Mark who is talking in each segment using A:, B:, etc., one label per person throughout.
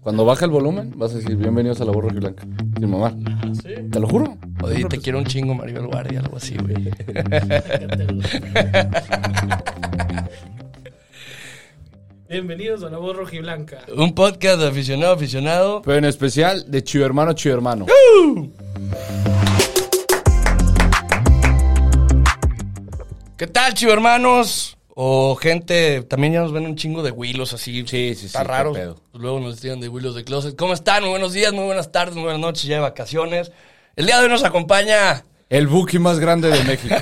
A: Cuando baja el volumen, vas a decir, bienvenidos a La Voz Rojiblanca. Sin mamar.
B: ¿Sí?
A: Te lo juro.
C: Oye, te quiero un chingo, Maribel Guardia, algo así, güey.
B: Bienvenidos a La Voz Rojiblanca.
C: Un podcast de aficionado a aficionado.
A: Pero en especial de Chivo Hermano, Chivo Hermano.
C: ¿Qué tal, chivo hermanos? O gente, también ya nos ven un chingo de Willos así.
A: Sí,
C: Está raro. Pues luego nos tiran de Willos de Closet. ¿Cómo están? Muy buenos días, muy buenas tardes, muy buenas noches, ya de vacaciones. El día de hoy nos acompaña...
A: El buki más grande de México.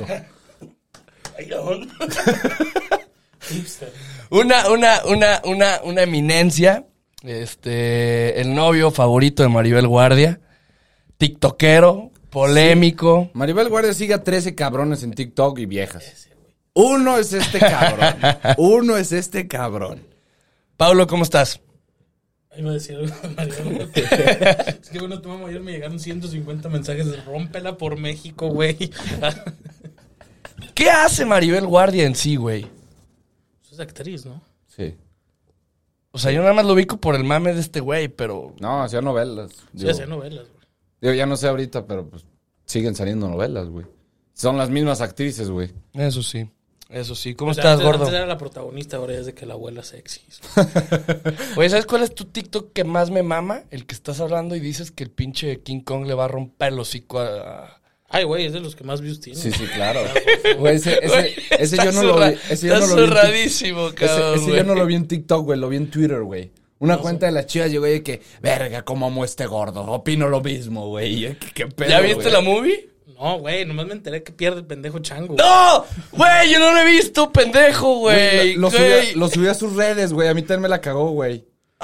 C: Una eminencia. El novio favorito de Maribel Guardia. TikTokero, polémico.
A: Sí. Maribel Guardia sigue a 13 cabrones en TikTok y viejas. Uno es este cabrón.
C: Pablo, ¿cómo estás?
B: Ahí va a decir algo de Maribel. Es que bueno, tu mamá ayer me llegaron 150 mensajes de rómpela por México, güey.
C: ¿Qué hace Maribel Guardia en sí, güey?
B: Es actriz, ¿no?
A: Sí.
C: O sea, yo nada más lo ubico por el mame de este güey, pero...
A: No, hacía novelas.
B: Sí, hacía novelas, güey.
A: Digo, ya no sé ahorita, pero pues siguen saliendo novelas, güey. Son las mismas actrices, güey.
C: Eso sí. ¿Cómo
B: O sea,
C: estás,
B: antes,
C: gordo?
B: Antes era la protagonista, ahora es de que la abuela sexy.
C: Oye, ¿sabes cuál es tu TikTok que más me mama? El que estás hablando y dices que el pinche King Kong le va a romper el hocico a...
B: Ay, güey, es de los que más views tiene.
A: Sí, claro. Güey, ese yo no lo vi. Ese yo
C: Está
A: no lo vi.
C: zurradísimo, cabrón.
A: Ese yo no lo vi en TikTok, güey. Lo vi en Twitter, güey. Una cuenta de las Chivas llegó y que, verga, cómo amo este gordo. Opino lo mismo, güey. ¿Qué pedo,
C: ¿Ya viste
A: güey?
C: la movie?
B: No, güey, nomás me enteré que pierde el pendejo chango.
C: ¡No! Güey, yo no lo he visto, pendejo, güey.
A: Lo subí a sus redes, güey. A mí también me la cagó, güey.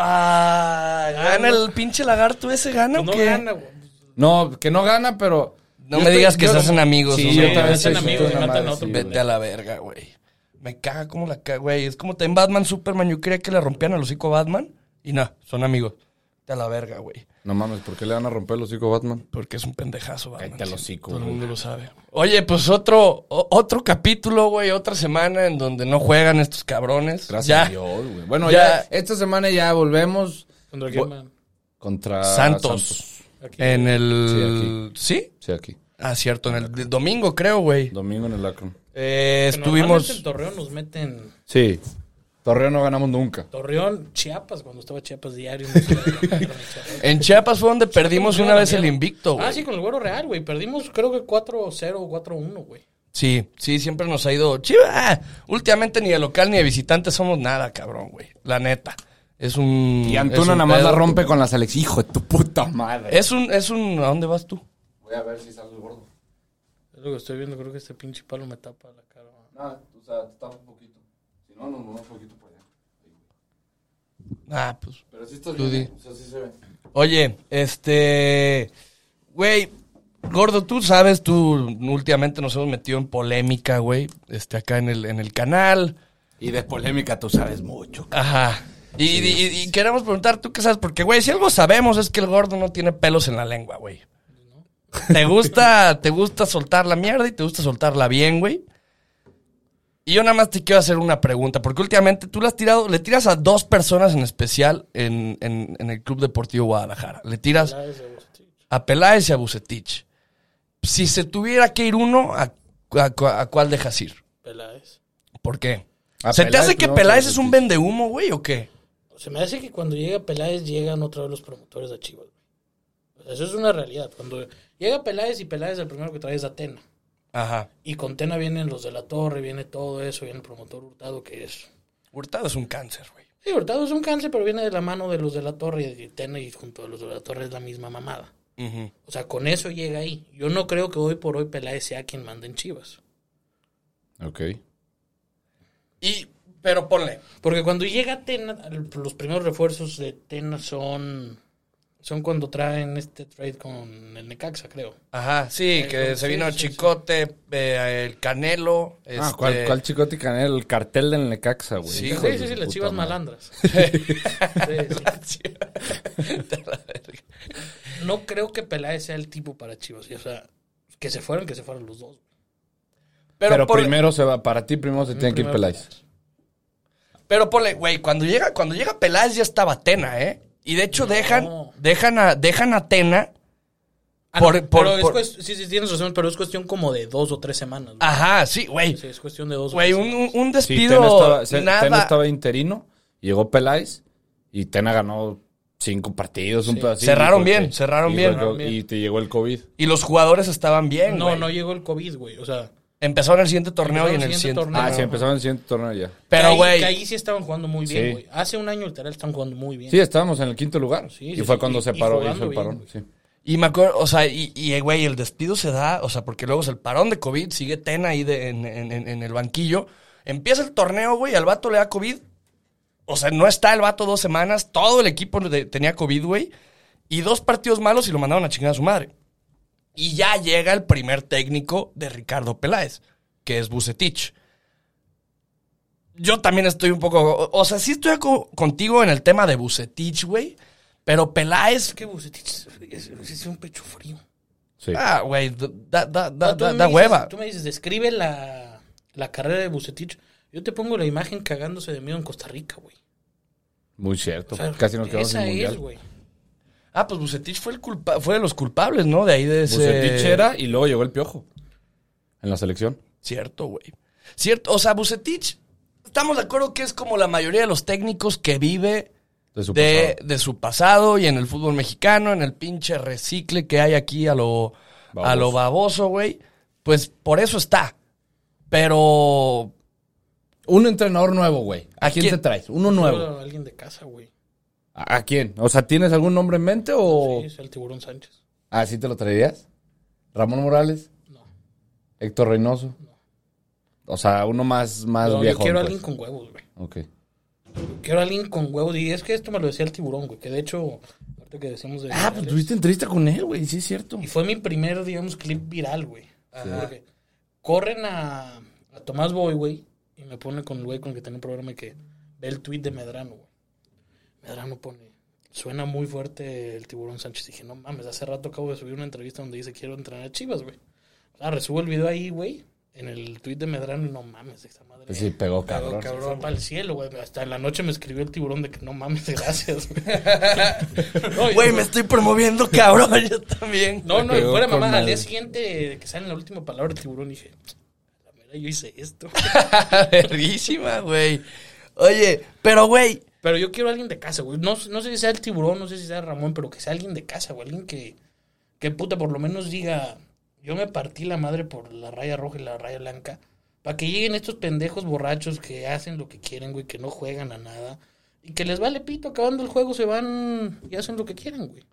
C: ¿Gana el pinche lagarto ese, gana
B: Pues
C: o
B: no
C: qué?
B: gana, güey.
A: No, que no gana, pero...
C: No me digas que se hacen amigos.
A: Sí,
C: ¿no?
A: yo
B: Sí,
A: también
B: hacen
A: soy
B: amigos y
A: una
B: matan
A: madre,
B: a otro.
A: sí,
C: Vete
A: güey.
C: a la verga, güey. Me caga como la caga, güey. Es como en Batman, Superman. Yo creía que le rompían el hocico a Batman. Y no, son amigos. Vete a la verga, güey.
A: No mames, ¿por qué le van a romper el hocico a Batman?
C: Porque es un pendejazo, Batman.
A: Cállate el hocico,
C: Todo el
A: güey.
C: mundo lo sabe. Oye, pues otro capítulo, güey. Otra semana en donde no juegan estos cabrones.
A: Gracias
C: ya.
A: a Dios, güey. Bueno,
C: Ya.
A: ya esta semana ya volvemos
B: ¿Contra quién van?
A: contra
C: Santos.
B: Aquí.
C: En el... ¿Sí?
A: Sí, aquí.
C: Ah, cierto. En el domingo, creo, güey.
A: Domingo en el Akron.
B: Que normalmente
C: Estuvimos...
B: en Torreón nos meten...
A: Sí. Torreón no ganamos nunca.
B: Torreón, Chiapas, cuando estaba Chiapas diario.
C: En Chiapas fue donde perdimos una vez el
B: mierda.
C: invicto, güey.
B: Ah, sí, con el Güero Real, güey. Perdimos creo que 4-0 o 4-1, güey.
C: Sí, siempre nos ha ido... Chiva, últimamente ni de local ni de visitante somos nada, cabrón, güey. La neta. Es un...
A: Y
C: es
A: Antuna
C: un
A: nada más
C: pedo.
A: la rompe con la selección. Hijo de tu puta madre.
C: Es un... ¿A dónde vas tú?
A: Voy a ver si sale el gordo.
B: Es lo que estoy viendo, creo que este pinche palo me tapa la cara.
A: Nada, o sea, te tapa un poquito. Si no, nos movemos un poquito por allá.
C: Ah, pues...
A: Pero sí estás
C: Tú
A: bien,
C: di.
A: o sea, sí se ve.
C: Oye, güey, gordo, tú sabes, tú últimamente nos hemos metido en polémica, güey, acá en el canal.
A: Y de polémica tú sabes mucho.
C: Ajá. Y queremos preguntar, ¿tú qué sabes? Porque, güey, si algo sabemos es que el gordo no tiene pelos en la lengua, güey. Te gusta soltar la mierda y te gusta soltarla bien, güey. Y yo nada más te quiero hacer una pregunta, porque últimamente tú le tiras a dos personas en especial en el Club Deportivo Guadalajara. Le tiras a Peláez y a Vucetich. Si se tuviera que ir uno, ¿a cuál dejas ir?
B: Peláez.
C: ¿Por qué?
A: A
C: ¿Se te
A: Peláez,
C: hace que
A: no,
C: Peláez es un
A: Vucetich.
C: vendehumo, güey, o qué?
B: Se me hace que cuando llega Peláez llegan otra vez los promotores a Chivas, güey. O sea, eso es una realidad. Cuando llega Peláez y Peláez el primero que trae es a Tena.
C: Ajá.
B: Y con Tena vienen los de la Torre, viene todo eso, viene el promotor Hurtado, que es...
C: Hurtado es un cáncer, güey.
B: Sí, Hurtado es un cáncer, pero viene de la mano de los de la Torre y Tena, y junto a los de la Torre es la misma mamada.
C: Ujú.
B: O sea, con eso llega ahí. Yo no creo que hoy por hoy Peláez sea quien manda en Chivas.
A: Ok.
C: Pero ponle.
B: Porque cuando llega Tena, los primeros refuerzos de Tena son cuando traen este trade con el Necaxa, creo.
C: Ajá, sí, que
B: Sí,
C: se vino
B: sí,
C: Chicote, el Canelo.
A: ¿Cuál Chicote y Canel? El cartel del Necaxa, güey.
C: Sí,
A: Hijo
B: Sí,
A: de
B: sí,
A: su
B: sí, las
A: puta
B: Chivas
A: madre.
B: malandras. Sí, sí. No creo que Peláez sea el tipo para Chivas. O sea, que se fueran los dos.
A: Pero
C: ponle-
A: primero se va, para ti primero se tiene que ir
B: Primero
A: Peláez.
C: Pero ponle, güey, cuando llega Peláez ya estaba Tena, ¿eh? Y de hecho
B: No.
C: dejan a Tena.
B: Sí, tienes razón, pero es cuestión como de 2 o 3 semanas. ¿No?
C: Ajá, sí, güey.
B: Sí, es cuestión de 2 o
C: Güey,
B: 3 semanas.
C: un
A: Sí,
C: despido,
A: Tena estaba interino, llegó Peláez y Tena ganó 5 partidos, un
B: Sí.
A: pedacito.
C: Cerraron bien.
A: Y te llegó el COVID.
C: Y los jugadores estaban bien, güey.
B: No llegó el COVID, güey. O sea,
C: Empezaron el siguiente torneo y en el
B: siguiente
C: siguiente.
B: torneo.
A: Sí, empezaron el siguiente torneo ya.
C: Pero, güey.
B: Que ahí sí estaban jugando muy bien,
A: Sí.
B: güey. Hace un año literal están jugando muy bien.
A: Sí, estábamos en el 5º lugar.
B: Sí,
A: y
B: sí,
A: fue
B: sí.
A: cuando
B: Y
A: se paró,
B: jugando
A: hizo el
B: bien,
A: parón.
B: güey.
A: Sí.
C: Y me acuerdo, o sea, güey, el despido se da, o sea, porque luego es el parón de COVID, sigue Tena ahí en el banquillo. Empieza el torneo, güey, al vato le da COVID. O sea, no está el vato 2 semanas, todo el equipo tenía COVID, güey. Y 2 partidos malos y lo mandaron a chingar a su madre. Y ya llega el primer técnico de Ricardo Peláez, que es Vucetich. Yo también estoy un poco, o sea, sí estoy contigo en el tema de Vucetich, güey. Pero Peláez,
B: Es que Vucetich es un pecho frío.
A: Sí.
C: ah, güey, da
B: Tú me dices-
C: hueva.
B: Tú me dices, describe la carrera de Vucetich. Yo te pongo la imagen cagándose de miedo en Costa Rica, güey.
A: Muy cierto.
B: O sea,
A: Casi nos quedamos sin
B: esa
A: mundial.
B: es, güey.
C: Ah, pues Vucetich fue fue de los culpables, ¿no? De ahí de ese...
A: Vucetich era y luego llegó el Piojo. En la selección.
C: Cierto, güey. Cierto, o sea, Vucetich, estamos de acuerdo que es como la mayoría de los técnicos que vive
A: De su pasado.
C: de su pasado y en el fútbol mexicano, en el pinche recicle que hay aquí a lo baboso, güey. Pues por eso está. Pero...
A: Un entrenador nuevo, güey. ¿A quién te traes? Uno nuevo.
B: Yo, alguien de casa, güey.
A: ¿A quién? O sea, ¿tienes algún nombre en mente o...?
B: Sí, es el Tiburón Sánchez.
A: Ah, ¿sí te lo traerías? ¿Ramón Morales?
B: No.
A: ¿Héctor Reynoso? O sea, uno más
B: No,
A: viejo.
B: yo quiero a
A: pues.
B: alguien con huevos, güey.
A: Ok.
B: Quiero a alguien con huevos. Y es que esto me lo decía el Tiburón, güey. Que de hecho, ahorita que decimos de...
A: Ah, pues
B: virales,
A: tuviste entrevista con él, güey. Sí, es cierto.
B: y fue mi primer, digamos, clip viral, güey. Porque corren a Tomás Boy, güey. Y me pone con el güey con el que tenía un programa que ve el tweet de Medrano, güey. Medrano pone, suena muy fuerte el Tiburón Sánchez. Dije, no mames, hace rato acabo de subir una entrevista donde dice quiero entrenar a Chivas, güey. Resubo el video ahí, güey, en el tweet de Medrano y no mames, esa madre.
A: Pues sí, pegó cabrón.
B: Cabrón para el cielo, güey. Hasta en la noche me escribió el Tiburón de que no mames, gracias, güey. No,
C: Güey,
B: yo-
C: me estoy promoviendo, cabrón, yo también.
B: No, y
A: pegó
B: fuera
A: con
B: mamá, al
A: madre.
B: día siguiente de que sale la última palabra del Tiburón dije, la mera, yo hice esto.
C: Verguísima, güey. Oye, pero, güey,
B: Pero yo quiero a alguien de casa, güey. No sé si sea el Tiburón, no sé si sea Ramón, pero que sea alguien de casa, güey. Alguien que puta, por lo menos diga, yo me partí la madre por la raya roja y la raya blanca. Para que lleguen estos pendejos borrachos que hacen lo que quieren, güey, que no juegan a nada. Y que les vale pito, acabando el juego se van y hacen lo que quieren, güey.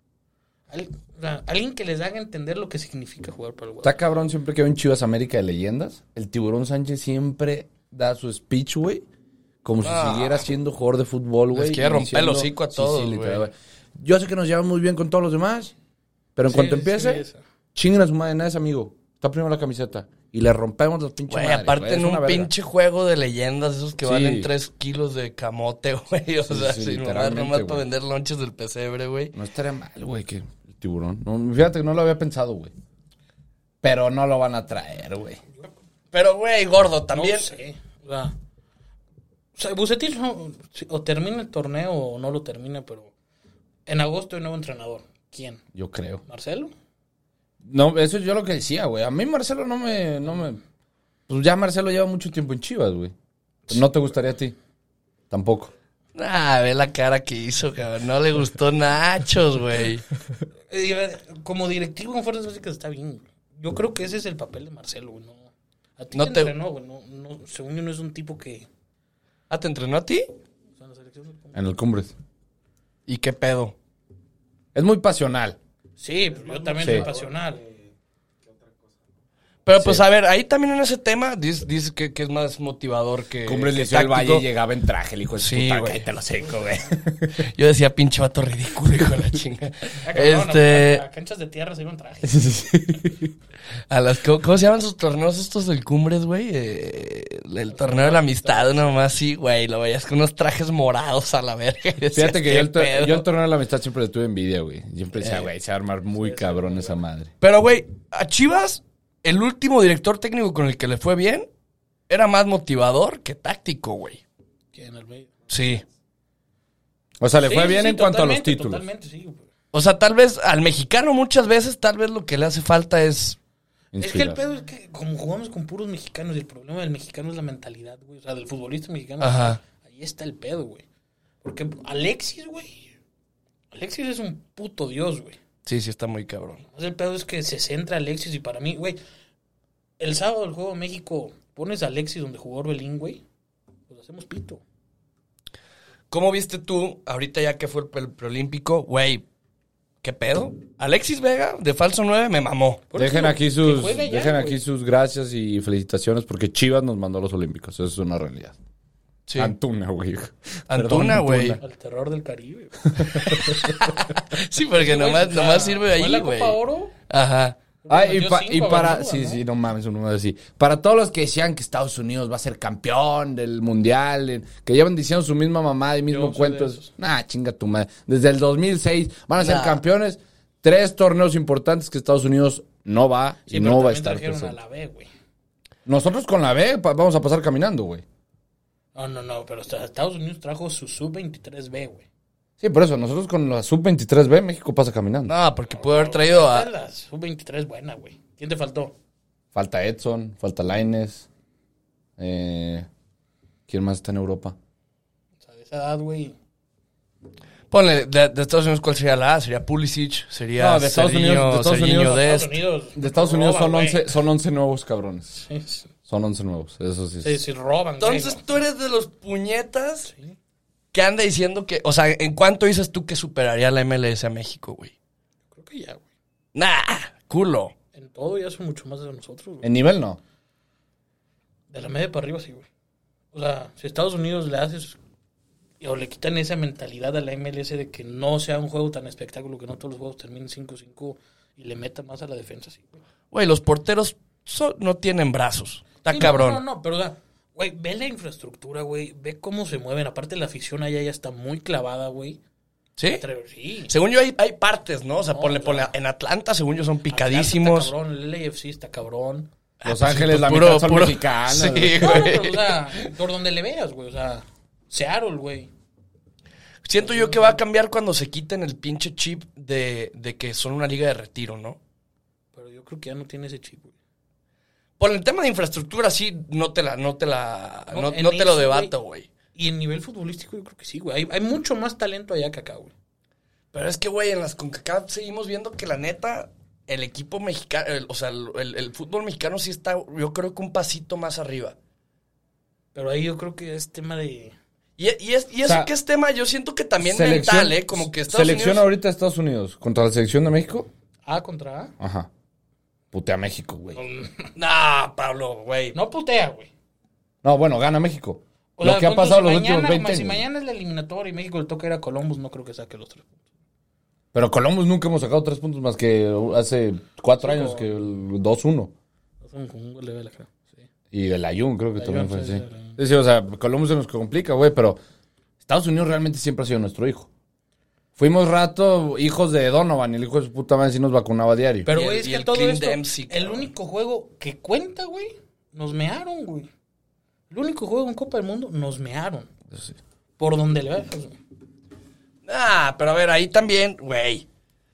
B: O sea, alguien que les haga entender lo que significa jugar para el güey.
A: Está cabrón siempre que hay un Chivas América de leyendas. El Tiburón Sánchez siempre da su speech, güey. Como si siguiera siendo jugador de fútbol, güey.
C: quiere
A: y
C: romper el
A: diciendo-
C: hocico a todos,
A: literal,
C: güey.
A: Yo sé que nos llevamos muy bien con todos los demás. Pero en cuanto empiece, chinguen a su madre, nada es amigo. Está primero la camiseta. Y le rompemos los pinches
C: güey,
A: madres,
C: aparte
A: güey,
C: en
A: es una
C: un
A: verga.
C: pinche juego de leyendas, esos que
A: Sí.
C: valen 3 kilos de camote, güey. O sea,
A: sí,
C: sin mamar,
A: literalmente,
C: nomás
A: güey.
C: para vender lonches del pesebre, güey.
A: No estaría mal, güey, que el Tiburón. No, fíjate que no lo había pensado, güey. Pero no lo van a traer, güey.
C: Pero, güey, gordo, también.
B: No sé. O sea, Vucetich o termina el torneo o no lo termina, pero en agosto hay nuevo entrenador. ¿Quién?
A: Yo creo.
B: ¿Marcelo?
A: No, eso es yo lo que decía, güey. A mí Marcelo no me... Pues ya Marcelo lleva mucho tiempo en Chivas, güey. ¿No te gustaría a ti? Tampoco.
C: Ah, ve la cara que hizo, cabrón. No le gustó Nachos, güey.
B: Como directivo en Fuerzas Básicas está bien. Güey. Yo creo que ese es el papel de Marcelo, güey. No, a ti
C: No
B: te
C: te-
B: entrenó, güey. No, según yo no es un tipo que...
C: Ah, ¿te entrenó a ti?
B: O sea, en la selección...
A: En el Cumbres.
C: ¿Y qué pedo?
A: Es muy pasional.
B: Sí, pues yo también
A: Sí.
B: soy pasional.
C: Pero pues
A: Sí.
C: a ver, ahí también en ese tema dice que es más motivador que
A: Cumbres
C: que
A: le hizo el
C: táctico.
A: Valle y llegaba en traje, el hijo de su
C: Sí,
A: puta,
C: güey.
A: cállate lo seco, güey.
C: Yo decía, pinche vato ridículo, hijo de la chinga.
B: Ah, cabrón, a canchas de tierra se iban trajes.
C: A las, ¿cómo se llaman sus torneos estos del Cumbres, güey? El torneo de la amistad, una mamá así, güey. Lo veías con unos trajes morados a la verga. y decías,
A: Fíjate que
C: ¿qué
A: yo el
C: pedo?
A: torneo de la amistad siempre le tuve envidia, güey. Siempre decía, güey, se va a armar muy cabrón esa madre.
C: Pero, güey, a Chivas, el último director técnico con el que le fue bien era más motivador que táctico, güey.
B: ¿Quién? El medio.
C: Sí.
A: O sea, le
B: Sí,
A: fue
B: sí,
A: bien
B: sí,
A: en cuanto a los
B: totalmente,
A: títulos.
B: Totalmente, sí, güey.
C: O sea, tal vez al mexicano muchas veces, tal vez lo que le hace falta es...
B: Es que el
A: Inspirar.
B: pedo es que como jugamos con puros mexicanos y el problema del mexicano es la mentalidad, güey. O sea, del futbolista mexicano.
C: Ajá.
B: Ahí está el pedo, güey. Porque Alexis, güey. Alexis es un puto dios, güey.
C: Sí, sí, está muy cabrón.
B: O sea, el pedo es que se centra Alexis y para mí, güey. El sábado del Juego de México pones a Alexis donde jugó Orbelín, güey. Pues hacemos pito.
C: ¿Cómo viste tú, ahorita ya que fue el preolímpico, güey, qué pedo? Alexis Vega, de falso 9, me mamó.
B: Por eso
A: Dejen
B: digo,
A: aquí
B: que
A: sus
B: juegue ya,
A: dejen aquí
B: güey.
A: sus gracias y felicitaciones porque Chivas nos mandó a los Olímpicos. Eso es una realidad.
C: Sí.
A: Antuna, güey.
C: Antuna, güey.
B: Al terror del Caribe, güey.
C: Sí, porque nomás sirve
B: Fue
C: ahí,
B: la
C: güey.
B: Copa Oro.
C: Ajá.
A: Ah,
B: Metió
A: y
B: 5 a
A: para...
B: Bermuda,
A: Sí,
B: ¿no?
A: sí, no mames, un número así. Para todos los que decían que Estados Unidos va a ser campeón del mundial, que llevan diciendo su misma mamada y mismo
B: Yo soy
A: cuento.
B: de esos.
A: Nah, chinga tu madre. Desde el 2006 van a ser
C: Nah.
A: campeones. 3 torneos importantes que Estados Unidos no va
B: Sí,
A: y
B: pero
A: no va a
B: también
A: estar
B: trajeron
A: presente.
B: a la B, güey.
A: Nosotros con la B vamos a pasar caminando, güey.
B: No, pero hasta Estados Unidos trajo su sub-23B, güey.
A: Sí, por eso, nosotros con la sub-23B México pasa caminando.
C: No, porque pudo haber traído
B: Esta
C: a...
B: es la sub-23 buena, güey. ¿Quién te faltó?
A: Falta Edson, falta Lainez. ¿Quién más está en Europa?
B: O sea, de esa edad, güey.
C: Ponle, de Estados Unidos, ¿cuál sería la A? Sería Pulisic, sería
A: No, de Estados Unidos- de Estados
C: Serginho
A: Unidos-
C: Dest.
A: De Estados Unidos
B: roban, güey.
A: son 11 nuevos cabrones.
B: Sí, sí,
A: Son 11 nuevos, eso sí.
B: sí, roban, güey.
C: Entonces tú eres de los puñetas
B: Sí.
C: que anda diciendo que... O sea, ¿en cuánto dices tú que superaría la MLS a México, güey?
B: Creo que ya, güey.
C: Nah, culo.
B: En todo ya son mucho más de nosotros, güey.
A: En nivel no.
B: De la media para arriba, sí, güey. O sea, si Estados Unidos le haces o le quitan esa mentalidad a la MLS de que no sea un juego tan espectáculo, que no todos los juegos terminen 5-5 y le metan más a la defensa, sí, güey.
C: Güey, los porteros no tienen brazos. Está
B: Sí,
C: cabrón.
B: No, pero, o sea, güey, ve la infraestructura, güey. Ve cómo se mueven. Aparte, la afición allá ya está muy clavada, güey.
C: ¿Sí?
B: Sí.
C: Según yo hay partes, ¿no? O sea,
B: No,
C: ponle,
B: o sea,
C: en Atlanta, según yo, son
B: Atlanta
C: picadísimos.
B: Está cabrón, el LAFC está cabrón.
A: Los
C: pues,
A: Ángeles,
C: pues,
A: la
C: puro-
A: mitad son
C: puro-
A: mexicanas.
C: Sí,
A: güey.
B: No,
C: güey.
B: pero, o sea, por donde le veas, güey. O sea, Seattle, güey.
C: Siento yo que va a cambiar cuando se quiten el pinche chip de que son una liga de retiro, ¿no?
B: Pero yo creo que ya no tiene ese chip, güey.
C: Por el tema de infraestructura, sí, no te
B: en
C: lo
B: eso,
C: debato, güey.
B: Y en nivel futbolístico, yo creo que sí, güey. Hay mucho más talento allá que acá, güey.
C: Pero es que, güey, en las CONCACAF seguimos viendo que la neta, el equipo mexicano, o sea, el fútbol mexicano sí está, yo creo que un pasito más arriba.
B: Pero ahí yo creo que es tema de...
C: Y eso
A: O sea,
C: que es tema, yo siento que también
A: Selección-
C: mental, como que Estados
A: Selección
C: Unidos...
A: ahorita de Estados Unidos contra la selección de México.
B: A contra A.
A: Ajá. Putea México, güey.
C: Nah, Pablo, güey.
B: No putea, güey.
A: No, bueno, gana México.
B: O
A: Lo
B: sea,
A: que ha
B: punto,
A: pasado
B: si
A: los
B: mañana,
A: últimos 20 años.
B: Si mañana es la eliminatoria y México le toca ir a Columbus, no creo que saque los 3 puntos.
A: Pero Columbus nunca hemos sacado 3 puntos más que hace 4
B: Sí,
A: años,
B: como-
A: que el 2-1.
B: Con un gol de Vela, creo. Sí.
A: Y el Ayun creo que
B: El
A: también
B: Ayun,
A: fue
B: sí,
A: así.
B: sí, sí.
A: Sí, sí, o sea, Columbus se nos complica, güey, pero Estados Unidos realmente siempre ha sido nuestro hijo. Fuimos rato hijos de Donovan y el hijo de su puta madre sí nos vacunaba diario.
B: Pero,
C: Y
B: güey,
C: el-
B: es
C: y
B: que
C: el
B: todo
C: Clint
B: esto,
C: Dempsey,
B: el
C: cabrón.
B: único juego que cuenta, güey, nos mearon, güey. El único juego en Copa del Mundo, nos mearon.
A: Sí.
B: Por donde le veas, güey.
C: Ah, pero a ver, ahí también, güey.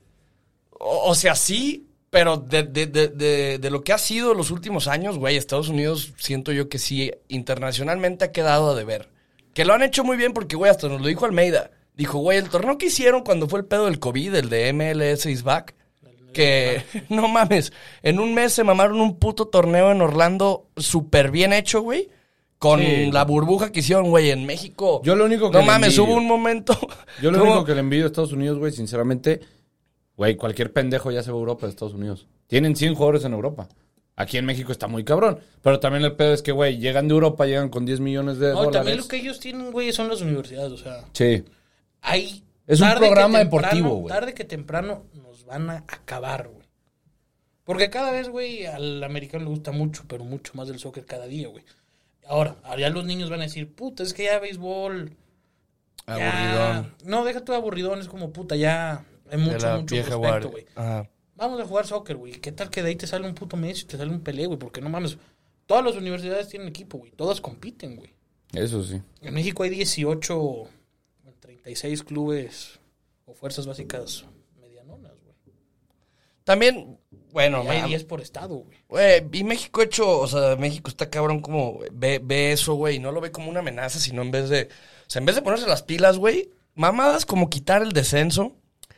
C: O sea, sí, pero de lo que ha sido los últimos años, güey, Estados Unidos siento yo que sí, internacionalmente ha quedado a deber. Que lo han hecho muy bien porque, güey, hasta nos lo dijo Almeida. Dijo, güey, el torneo que hicieron cuando fue el pedo del COVID, el de MLS is back, que, no mames, en un mes se mamaron un puto torneo en Orlando súper bien hecho, güey. Con
A: Sí.
C: la burbuja que hicieron, güey, en México.
A: Yo lo único que
C: No
A: le
C: mames,
A: envidio-
C: hubo un momento...
A: Yo lo
C: ¿Cómo?
A: único que le envidio a Estados Unidos, güey, sinceramente, güey, cualquier pendejo ya se va a Europa de Estados Unidos. Tienen 100 jugadores en Europa. Aquí en México está muy cabrón. Pero también el pedo es que, güey, llegan de Europa, llegan con 10 millones de
B: No, y
A: dólares.
B: también lo que ellos tienen, güey, son las universidades, o sea,
A: Sí.
B: hay...
A: Es un
B: tarde que
A: programa
B: temprano-
A: deportivo, güey.
B: Tarde que temprano nos van a acabar, güey. Porque cada vez, güey, al americano le gusta mucho, pero mucho más del soccer cada día, güey. Ahora ya los niños van a decir, puta, es que ya béisbol... ya-
C: Aburridón.
B: No, deja tu aburridón, es como, puta, ya hay
C: De
B: mucho
C: la
B: prospecto,
C: vieja guardia.
B: güey.
C: Ajá.
B: Vamos a jugar soccer, güey. ¿Qué tal que de ahí te sale un puto Messi, te sale un Pelé, güey? Porque no mames, todas las universidades tienen equipo, güey. Todas compiten, güey.
A: Eso sí.
B: En México hay 18, 36 clubes o fuerzas básicas medianonas, güey.
C: También, bueno,
B: Y hay 10 por estado, güey.
C: güey, y México o sea, México está cabrón como ve eso, güey, y no lo ve como una amenaza, sino en vez de ponerse las pilas, güey, mamadas como quitar el descenso,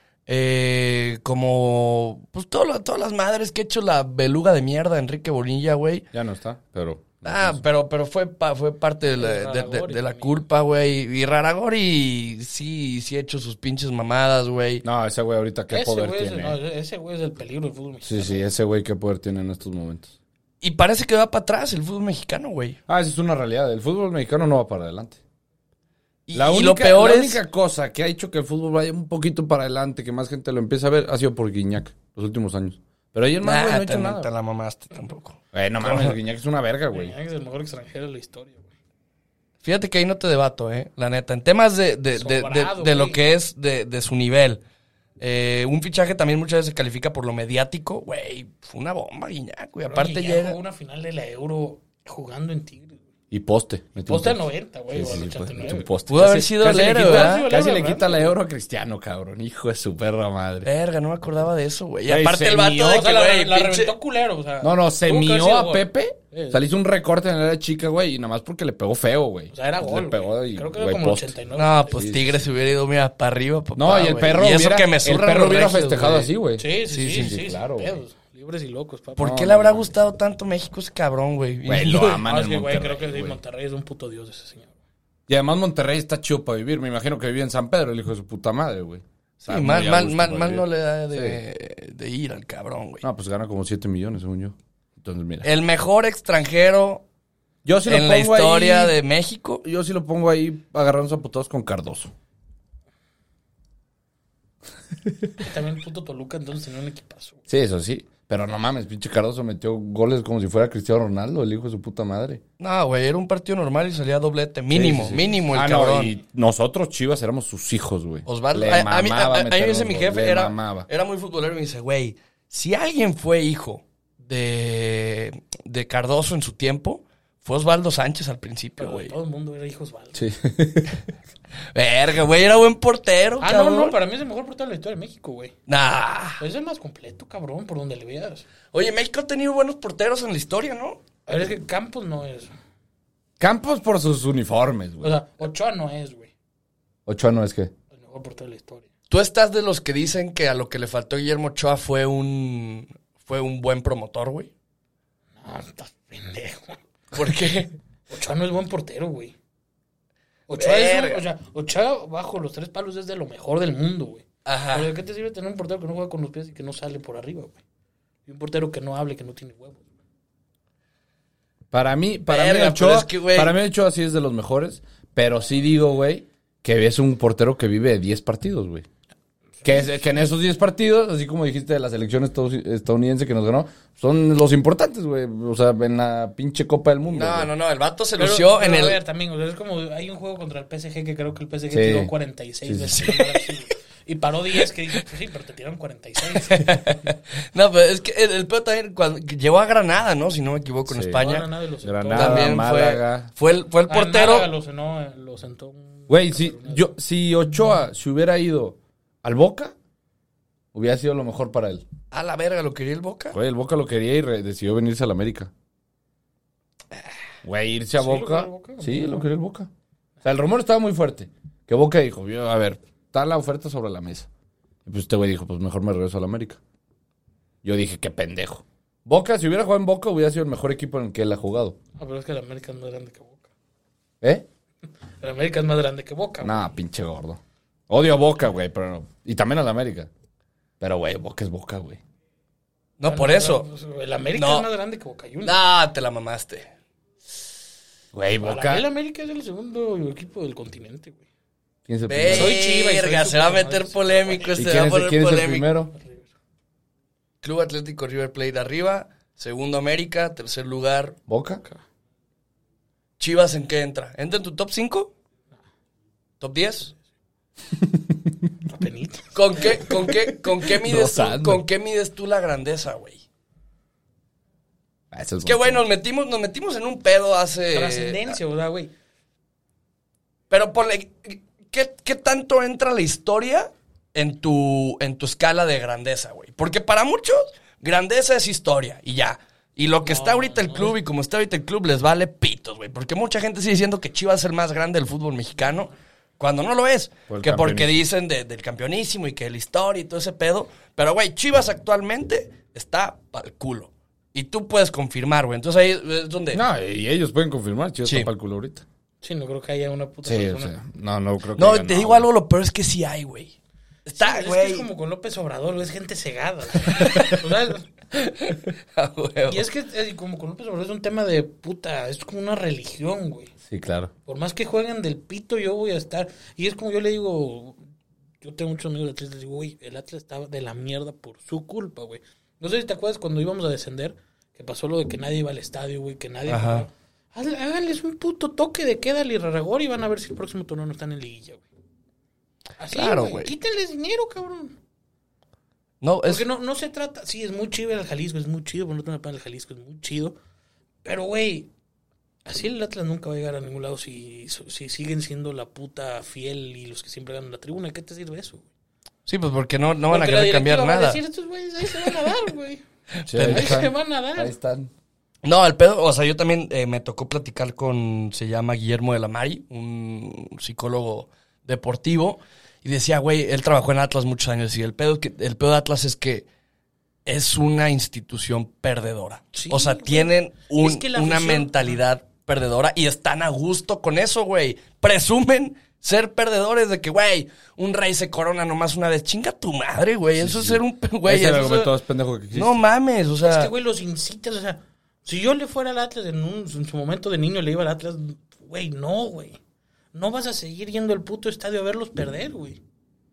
C: como, pues todas las madres que ha hecho la beluga de mierda Enrique Bonilla, güey.
A: Ya no está, pero...
C: Pero fue parte de la culpa, güey. Y Raragori sí ha hecho sus pinches mamadas, güey.
A: No, ese güey ahorita qué poder tiene.
B: Ese güey es el peligro del fútbol mexicano.
A: Sí, ese güey qué poder tiene en estos momentos.
C: Y parece que va para atrás el fútbol mexicano, güey.
A: Esa es una realidad. El fútbol mexicano no va para adelante.
C: Y lo peor
A: la
C: es...
A: única cosa que ha hecho que el fútbol vaya un poquito para adelante, que más gente lo empiece a ver, ha sido por Guiñac los últimos años. Pero ayer más güey, no ha hecho nada.
C: Te la mamaste tampoco.
A: No mames, Guiñac es una verga, güey.
B: Es el mejor extranjero de la historia, güey.
C: Fíjate que ahí no te debato, la neta. En temas de lo que es de su nivel. Un fichaje también muchas veces se califica por lo mediático. Güey, fue una bomba, Guiñac, güey. Aparte
B: Guiñac
C: llega...
B: jugó una final de la Euro jugando en Tigres.
A: Y poste.
B: Poste al 90, güey, o al
A: Sí,
B: 89.
A: un poste.
C: Pudo haber sido el héroe, ¿verdad?
A: Casi le quita la Euro a Cristiano, cabrón. Hijo de su perra madre.
C: Verga, no me acordaba de eso, güey. Y
A: Güey,
C: aparte
A: se
C: el vato
A: mió,
C: de
B: O sea,
C: que, güey,
B: la
C: pinche-
B: reventó culero, o sea.
A: No, se
B: tuvo que haber
A: mió
B: sido
A: a
B: gol.
A: Pepe.
B: Sí.
A: O sea, le hizo un recorte en la era chica, güey. Y nada más porque le pegó feo, güey.
B: O sea, era gol.
A: Le pegó
B: güey.
A: y,
B: Creo que era
A: güey,
B: como el
A: poste.
B: 89.
C: No, pues
A: Sí,
C: Tigres se hubiera ido, mira, para arriba, papá.
A: No, y el
C: güey.
A: perro
C: Y eso
A: hubiera,
C: que me
A: el
C: zurran
A: perro
C: los
A: hubiera
C: regios,
A: festejado
C: güey.
A: así, güey.
B: Sí,
A: claro, güey.
B: pedos. Libres y locos, papá.
C: ¿Por qué
A: No,
C: le habrá
A: no.
C: gustado tanto México ese cabrón, güey?
A: Güey, lo aman
B: No,
A: en
B: es que, güey,
A: Monterrey,
B: creo que sí,
A: güey.
B: Monterrey es un puto dios ese señor.
A: Y además Monterrey está chido para vivir. Me imagino que vivía en San Pedro, el hijo de su puta madre, güey.
C: Sí,
A: Está muy
C: mal,
A: a
C: mal,
A: gusto
C: mal,
A: para
C: mal
A: vivir.
C: no le da de ir al cabrón, güey.
A: No, pues gana como 7 millones, según yo. Entonces, mira.
C: El mejor extranjero
A: Yo sí lo
C: en la
A: pongo
C: historia
A: ahí,
C: de México.
A: Yo sí lo pongo ahí agarrándose a putados con Cardoso.
B: También el puto Toluca entonces tenía un equipazo.
A: Sí, eso sí. Pero no mames, pinche Cardoso metió goles como si fuera Cristiano Ronaldo, el hijo de su puta madre.
C: No, güey, era un partido normal y salía doblete. Mínimo,
A: Sí, sí.
C: mínimo el
A: No,
C: cabrón.
A: y nosotros, Chivas, éramos sus hijos, güey.
C: Osvaldo,
A: Le
C: a mí
A: mamaba
C: me
A: meter
C: dice
A: los
C: mi
A: goles,
C: jefe,
A: le
C: era
A: mamaba.
C: muy futbolero y me dice, güey, si alguien fue hijo de Cardoso en su tiempo, fue Osvaldo Sánchez al principio,
B: Pero
C: güey.
B: todo el mundo era hijos Osvaldo.
A: Sí.
C: Verga, güey, era buen portero,
B: Ah,
C: cabrón.
B: no, para mí es el mejor portero de la historia de México, güey.
C: Nah.
B: Es el más completo, cabrón, por donde le veas.
C: Oye, México ha tenido buenos porteros en la historia, ¿no?
B: A ver, es que Campos no es.
A: Campos por sus uniformes,
B: O
A: güey.
B: sea, Ochoa no es, güey.
A: Ochoa no es que...
B: El mejor portero de la historia.
C: Tú estás de los que dicen que a lo que le faltó a Guillermo Ochoa fue un buen promotor, güey.
B: No, estás pendejo.
C: ¿Por qué?
B: Ochoa no es buen portero, güey. Ochoa es
C: Verga.
B: o sea, Ochoa bajo los 3 palos es de lo mejor del mundo, güey.
C: Ajá.
B: Pero ¿de qué te sirve tener un portero que no juega con los pies y que no sale por arriba, güey? Y un portero que no hable, que no tiene huevos.
A: Para mí
C: Verga,
A: Ochoa,
C: pero es que, güey.
A: para mí Ochoa sí es de los mejores, pero sí digo, güey, que es un portero que vive de 10 partidos, güey. Que en esos 10 partidos, así como dijiste de la selección estadounidense que nos ganó, son los importantes, güey. O sea, en la pinche Copa del Mundo. güey.
C: No, el vato se
B: Pero,
C: lució
B: pero
C: en
B: a
C: el...
B: ver, también, o sea, es como, hay un juego contra el PSG que creo que el PSG
A: Sí.
B: tiró 46
A: Sí,
B: veces.
A: sí,
B: Y paró 10 que dije, pues sí, pero te tiraron 46.
C: No, pero es que el peor también que llegó a Granada, ¿no? Si no me equivoco, en
A: Sí.
C: España.
B: Granada y lo sentó.
A: Granada,
C: También
A: Málaga.
C: fue el portero.
B: Málaga lo sentó un-
A: Güey, si Ochoa se hubiera ido al Boca, hubiera sido lo mejor para él.
C: A la verga, ¿lo quería el Boca?
A: Güey, el Boca lo quería y decidió venirse al América. Güey, irse a
B: ¿Sí lo
A: Boca.
B: quería el Boca?
A: Sí, lo quería el Boca. O sea, el rumor estaba muy fuerte. Que Boca dijo, a ver, está la oferta sobre la mesa. Y pues este güey dijo, pues mejor me regreso al América. Yo dije, qué pendejo. Boca, si hubiera jugado en Boca, hubiera sido el mejor equipo en el que él ha jugado.
B: Ah, pero es que el América es más grande que Boca.
A: ¿Eh?
B: El América es más grande que Boca. güey.
A: Nah, pinche gordo. Odio a Boca, güey, pero no. Y también al América. Pero, güey, Boca es Boca, güey.
C: No,
B: Bueno,
C: por eso.
B: El América
C: No.
B: es más grande que Boca Juniors.
C: No, te la mamaste.
A: Güey,
B: Para
A: Boca.
B: mí el América es el segundo equipo del continente, güey.
A: ¿Quién es el primero?
B: Soy Chivas y soy
C: Verga, se va a
B: super
C: meter
B: madre.
C: polémico.
A: ¿Y
C: Este
A: quién
C: va a
A: es,
C: poner
A: quién es el
C: polémico.
A: primero?
C: Club Atlético River Plate arriba. Segundo América. Tercer lugar.
A: ¿Boca?
C: Chivas, ¿en qué entra? ¿Entra en tu top 5? ¿Top 10?
B: Apenito.
C: ¿Con qué mides tú,
A: Rozando.
C: con qué mides tú la grandeza, güey?
A: Eso
C: Es que, güey, nos metimos en un pedo hace...
B: Trascendencia, o sea, güey.
C: Pero ponle... ¿qué tanto entra la historia en tu escala de grandeza, güey? Porque para muchos, grandeza es historia y ya. Y lo que está ahorita el club y como está ahorita el club les vale pitos, güey. Porque mucha gente sigue diciendo que Chivas es el más grande del fútbol mexicano cuando no lo es. Que porque dicen del campeonísimo y que la historia y todo ese pedo. Pero, güey, Chivas actualmente está pa'l culo. Y tú puedes confirmar, güey. Entonces ahí es donde...
A: No, y ellos pueden confirmar. Chivas está para el culo ahorita.
B: Sí, no creo que haya una puta
A: Sí,
B: persona.
A: o sea, no creo que
C: No,
A: haya,
C: te digo algo, lo peor es que sí hay, güey. Está,
B: sí,
C: güey.
B: es que es como con López Obrador, güey, es gente cegada. O sea, y es que como con López Obrador es un tema de puta, es como una religión, güey.
A: Sí, claro.
B: Por más que jueguen del pito, yo voy a estar. Y es como yo le digo, yo tengo muchos amigos de Atlas, les digo, güey, el Atlas estaba de la mierda por su culpa, güey. No sé si te acuerdas cuando íbamos a descender, que pasó lo de que nadie iba al estadio, güey, que nadie...
C: Ajá.
B: Háganles un puto toque de queda al Irarragor y van a ver si el próximo torneo no están en liguilla, güey. Así,
C: Claro,
B: güey.
C: güey.
B: Quítenles dinero, cabrón.
C: No, es...
B: Porque no se trata... Sí, es muy chido el Jalisco, es muy chido, ponerte una pana del Jalisco, es muy chido. Pero, güey, así el Atlas nunca va a llegar a ningún lado si siguen siendo la puta fiel y los que siempre ganan la tribuna. ¿Qué te sirve eso, güey?
C: Sí, pues porque no van a
B: Porque la
C: querer cambiar
B: directiva va a
C: nada.
B: decir, estos güeyes ahí se van a dar, güey.
A: Sí,
B: Ahí se van a dar.
A: Ahí están.
C: No, el pedo, o sea, yo también me tocó platicar se llama Guillermo de la Mari, un psicólogo deportivo, y decía, güey, él trabajó en Atlas muchos años, y el pedo de Atlas es que es una institución perdedora.
B: Sí,
C: o sea,
B: güey.
C: tienen
B: Es que la
C: una
B: afición-
C: mentalidad perdedora y están a gusto con eso, güey. Presumen ser perdedores de que, güey, un rey se corona nomás una vez. Chinga tu madre, güey. Eso es ser un... Güey,
A: Ese es el
C: eso
A: argumento más pendejo que existe.
C: no mames, o sea...
B: Es que, güey, los incitas, o sea, si yo le fuera al Atlas en su momento de niño, le iba al Atlas, güey, no, güey. No vas a seguir yendo al puto estadio a verlos perder, güey.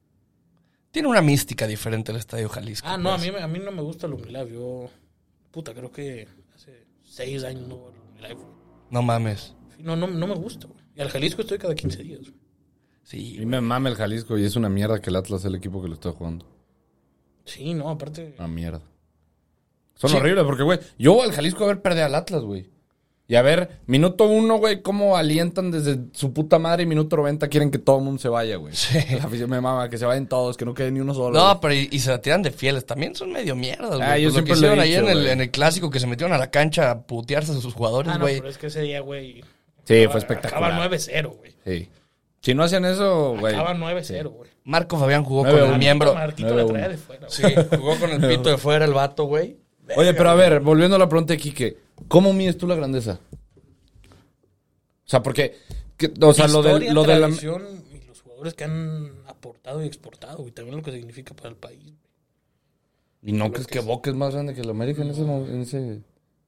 C: Tiene una mística diferente el Estadio Jalisco.
B: Ah, no,
C: pues.
B: a mí no me gusta el Omnilife. Yo, puta, creo que hace 6 años no veo el Omnilife, güey.
C: No mames.
B: No me gusta, güey. Y al Jalisco estoy cada 15 días, güey.
C: Sí,
A: Y me mame el Jalisco y es una mierda que el Atlas es el equipo que lo está jugando.
B: Sí, no, aparte...
A: Una mierda. Son
C: Sí.
A: horribles porque, güey, yo voy al Jalisco a ver perder al Atlas, güey. Y a ver, minuto 1, güey, cómo alientan desde su puta madre y minuto 90 quieren que todo el mundo se vaya, güey.
C: Sí.
A: La afición me mama, que se vayan todos, que no quede ni uno solo.
C: No,
A: güey.
C: pero y se la tiran de fieles. También son medio mierdas, güey.
A: Ah, yo
C: Pues
A: siempre
C: lo que
A: lo he
C: hicieron ahí
A: dicho,
C: en
A: güey.
C: el clásico que se metieron a la cancha a putearse a sus jugadores,
B: Ah, no,
C: güey.
B: pero es que ese día, güey...
A: Sí, fue espectacular.
B: Acaba 9-0, güey.
A: Sí. Si no hacían eso, güey.
B: Acaba 9-0, güey.
C: Marco Fabián jugó
A: 9-1.
C: con el miembro.
B: Marquito la traía de fuera, güey.
C: Sí, jugó con el pito de fuera el vato, güey.
A: Oye, pero a ver, volviendo a la pregunta de Quique, ¿cómo mides tú la grandeza? O sea, porque... o sea, lo
B: Historia,
A: de la...
B: tradición y los jugadores que han aportado y exportado, y también lo que significa para el país, güey.
A: ¿Y no crees que Boca es más grande que el América en ese...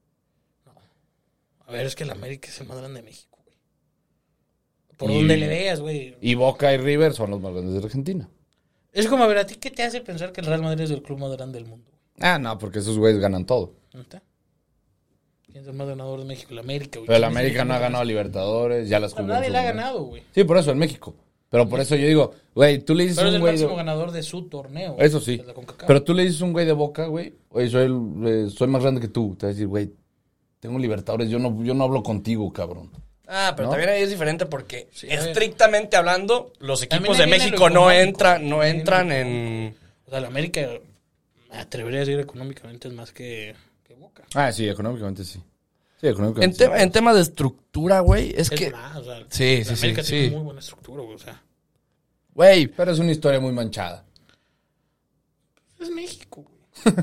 B: A ver, es que el América es el más grande de México, güey. Por
A: Y-
B: donde le veas, güey.
A: Y Boca y River son los más grandes de Argentina.
B: Es como, a ver, ¿a ti qué te hace pensar que el Real Madrid es el club más grande del mundo, güey?
A: Ah, no, porque esos güeyes ganan todo.
B: ¿No está? ¿Quién es el más ganador de México? El América, güey.
A: Pero el
B: ¿Quién es
A: América no ha
B: más
A: ganado Libertadores, ya las
B: ganador?
A: jugó. en
B: Nadie
A: su
B: le ha
A: momento.
B: ganado, güey.
A: Sí, por eso, en México. Pero por eso yo digo, güey, tú le dices
B: Pero
A: a
B: es
A: un
B: el
A: güey...
B: máximo
A: de-
B: ganador de su torneo. güey,
A: Eso sí.
B: de la CONCACAF.
A: Pero tú le dices a un güey de Boca, güey, oye, soy más grande que tú. Te va a decir, güey, tengo Libertadores, yo no hablo contigo, cabrón.
C: Ah, pero
A: ¿No?
C: también ahí es diferente porque
B: Sí, a ver.
C: estrictamente hablando, los equipos de
B: También ahí viene
C: México
B: lo
C: no
B: económico.
C: entran en...
B: O sea, el América, me atrevería a decir económicamente es más que Boca.
A: Ah, sí, económicamente sí. Sí, económicamente
C: En tema de estructura, güey, es
B: Es
C: que...
B: más, o sea,
C: Sí,
B: el
C: sí,
B: América
C: sí,
B: tiene
C: sí.
B: muy buena estructura, güey, o sea,
C: Güey,
A: Pero es una historia muy manchada.
B: es México, güey.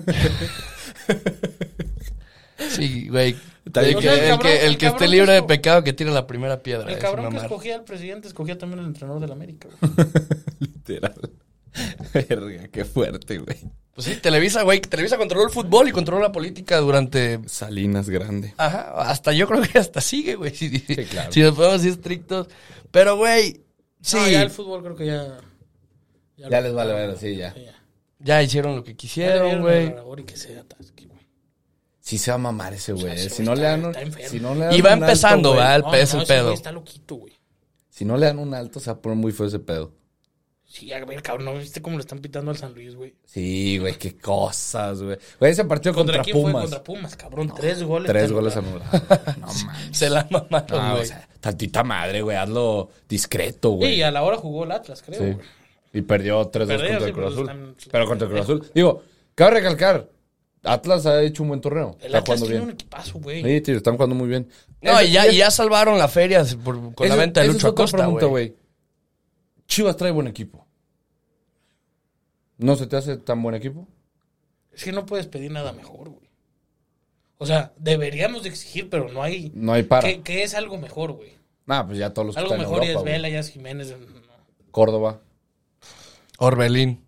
C: sí, güey.
A: Está bien
C: El
A: que-
C: que,
B: el
C: el
B: cabrón-
C: que- el
B: el
C: que esté
B: cabrón
C: libre de
B: que-
C: pecado que tire la primera piedra.
B: El
C: es
B: cabrón
C: una
B: que
C: madre.
B: escogía al presidente, escogía también al entrenador del América, güey.
A: Literal. Verga, qué fuerte, güey.
C: Pues sí, Televisa, güey. Televisa controló el fútbol y controló la política durante...
A: Salinas grande.
C: Ajá, hasta yo creo que hasta sigue, güey. Sí,
A: claro.
C: Si nos ponemos así estrictos. Pero, güey, sí.
B: No, ya el fútbol creo que ya...
A: Ya les vale ver, sí, ya.
B: Sí, ya.
C: Ya hicieron lo que
B: Ya le
C: quisieron,
B: dieron
C: güey.
B: a Rabori que se atasque, güey.
A: Sí se va a mamar ese güey.
B: ese
A: Si
B: güey
A: no le
B: está-
A: dan un...
B: está enfermo.
A: Si no le dan
C: Y va
A: un
C: empezando,
A: alto, güey.
C: ¿verdad?
B: No,
C: Es el
B: ese
C: pedo.
B: güey está loquito, güey.
A: Si no le dan un alto, se va a poner muy feo ese pedo.
B: Sí, a ver, cabrón, ¿no viste cómo le están pitando al San Luis, güey?
A: Sí, güey, qué cosas, güey. Güey, ese partido contra
B: quién fue?
A: Pumas.
B: Contra Pumas, cabrón. 3 goles.
A: 3 goles anulados. No mames.
C: Se la mamaron,
A: No,
C: güey.
A: o sea, tantita madre, güey. Hazlo discreto, güey.
B: Sí, y a la hora jugó el Atlas, creo,
A: Sí.
B: güey.
A: Y perdió 3-2
B: Perdió,
A: contra
B: sí,
A: el Cruz
B: pero
A: Azul.
B: están-
A: Pero contra el Cruz Azul. Digo, cabe recalcar, Atlas ha hecho un buen torneo.
B: El
A: Está
B: Atlas
A: jugando
B: tiene un
A: bien.
B: equipazo, güey.
A: Sí, tío, están jugando muy bien.
C: No,
A: Ese-
C: y ya salvaron la feria con la venta de
A: esa
C: Lucho
A: es otra
C: Acosta,
A: pregunta,
C: güey.
A: Chivas trae buen equipo. ¿No se te hace tan buen equipo?
B: Es que no puedes pedir nada mejor, güey. O sea, deberíamos de exigir, pero no hay...
A: No hay para.
B: ¿Qué es algo mejor, güey?
A: Nah, pues ya todos los que
B: Algo
A: están en
B: mejor ya
A: Europa,
B: es
A: güey.
B: Vela, ya es Jiménez. No.
A: Córdoba.
C: Orbelín.